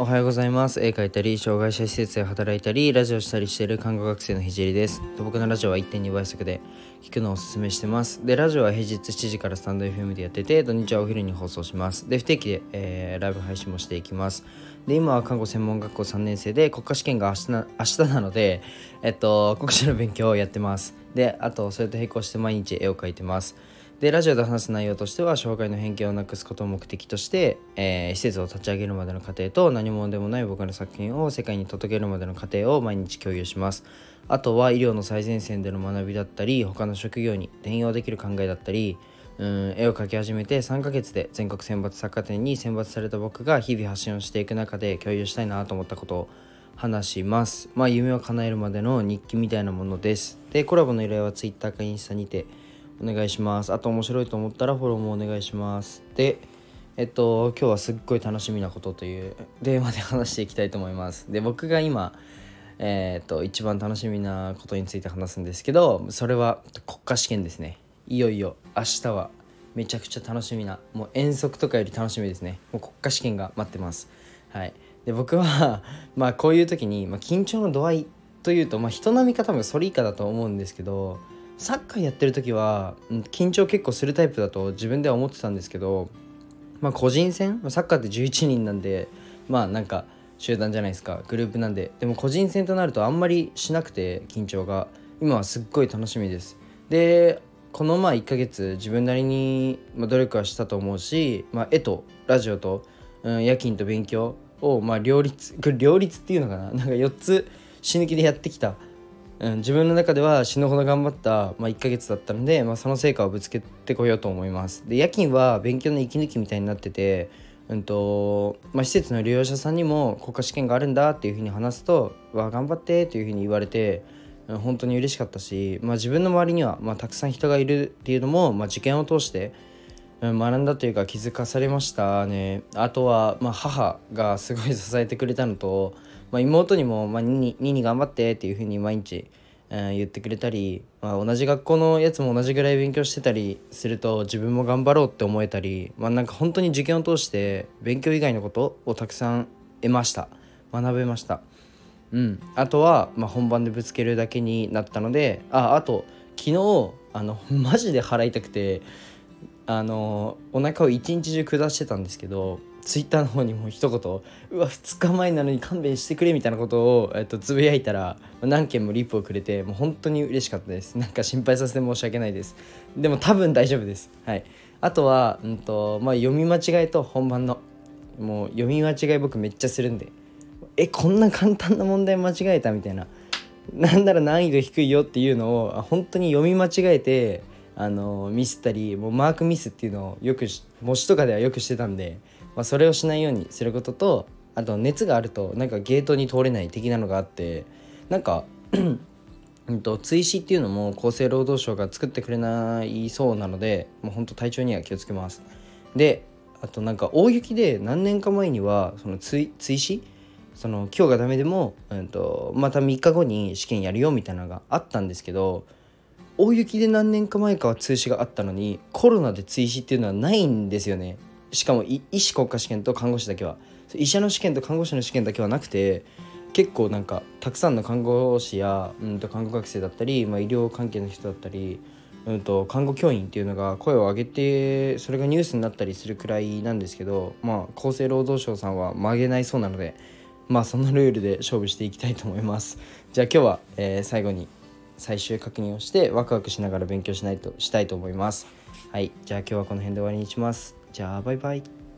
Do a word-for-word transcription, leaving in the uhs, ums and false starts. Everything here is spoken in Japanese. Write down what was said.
おはようございます。絵描いたり、障害者施設で働いたり、ラジオしたりしている看護学生のひじりです。僕のラジオは いってんに 倍速で聞くのをおすすめしてます。で、ラジオは平日しちじからスタンド エフエム でやってて、土日はお昼に放送します。で、不定期で、えー、ライブ配信もしていきます。で、今は看護専門学校さんねん生で、国家試験が明日な、明日なので、えっと、国試の勉強をやってます。で、あと、それと並行して毎日絵を描いてます。でラジオで話す内容としては、障害の偏見をなくすことを目的として、えー、施設を立ち上げるまでの過程と、何者でもない僕の作品を世界に届けるまでの過程を毎日共有します。あとは医療の最前線での学びだったり、他の職業に転用できる考えだったり、うん絵を描き始めてさんかげつで全国選抜作家展に選抜された僕が日々発信をしていく中で共有したいなと思ったことを話します。まあ夢を叶えるまでの日記みたいなものです。でコラボの依頼は Twitter かインスタにてお願いします。あと面白いと思ったらフォローもお願いします。で、えっと今日はすっごい楽しみなことというテーマで話していきたいと思います。で、僕が今えー、っと一番楽しみなことについて話すんですけど、それは国家試験ですね。いよいよ明日はめちゃくちゃ楽しみな、もう遠足とかより楽しみですね。もう国家試験が待ってます。はい。で、僕はまあこういう時に、まあ、緊張の度合いというと、まあ、人並みか多分それ以下だと思うんですけど、サッカーやってる時は緊張結構するタイプだと自分では思ってたんですけど、まあ個人戦、サッカーってじゅういちにんなんで、まあなんか集団じゃないですか、グループなんで。でも個人戦となるとあんまりしなくて、緊張が今はすっごい楽しみです。でこのまあいっかげつ自分なりに努力はしたと思うし、まあ、絵とラジオと、うん、夜勤と勉強をまあ両立両立っていうのかな、なんかよっつ死ぬ気でやってきた、うん、自分の中では死ぬほど頑張った、まあ、いっかげつだったので、まあ、その成果をぶつけてこようと思います。で夜勤は勉強の息抜きみたいになってて、うんとまあ、施設の利用者さんにも国家試験があるんだっていうふうに話すと、わ頑張ってっていうふうに言われて、うん本当に嬉しかったし、まあ、自分の周りには、まあ、たくさん人がいるっていうのも、まあ、受験を通してうん学んだというか気づかされましたね。あとは、まあ、母がすごい支えてくれたのと、まあ、妹にも、まあ、ニニニニ頑張ってっていう風に毎日、うん、言ってくれたり、まあ、同じ学校のやつも同じぐらい勉強してたりすると自分も頑張ろうって思えたり、まあ、なんか本当に受験を通して勉強以外のことをたくさん得ました。学べました。うん、あとは、まあ、本番でぶつけるだけになったので、ああと昨日あのマジで払いたくて、あのお腹を一日中下してたんですけど、ツイッターの方にも一言、うわふつかまえなのに勘弁してくれみたいなことを、えっと、つぶやいたら何件もリップをくれて、もう本当に嬉しかったです。なんか心配させて申し訳ないです。でも多分大丈夫です。はい。あとは、うんとまあ、読み間違いと本番のもう読み間違い僕めっちゃするんで、えこんな簡単な問題間違えたみたいな、なんなら難易度低いよっていうのを本当に読み間違えて、あのミスったり、もうマークミスっていうのをよく模試とかではよくしてたんで、まあ、それをしないようにすることと、あと熱があるとなんかゲートに通れない的なのがあって、なんかうんと追試っていうのも厚生労働省が作ってくれないそうなので、もう本当体調には気をつけます。であとなんか大雪で何年か前にはその追追試、その今日がダメでも、うん、とまたみっかごに試験やるよみたいなのがあったんですけど、大雪で何年か前かは追試があったのに、コロナで追試っていうのはないんですよね。しかも医師国家試験と看護師だけは、医者の試験と看護師の試験だけはなくて、結構なんかたくさんの看護師や、うん、と看護学生だったり、まあ、医療関係の人だったり、うん、と看護教員っていうのが声を上げて、それがニュースになったりするくらいなんですけど、まあ、厚生労働省さんは曲げないそうなので、まあそのルールで勝負していきたいと思います。じゃあ今日は、えー最後に最終確認をしてワクワクしながら勉強しないとしたいと思います。はい、じゃあ今日はこの辺で終わりにします。じゃあバイバイ。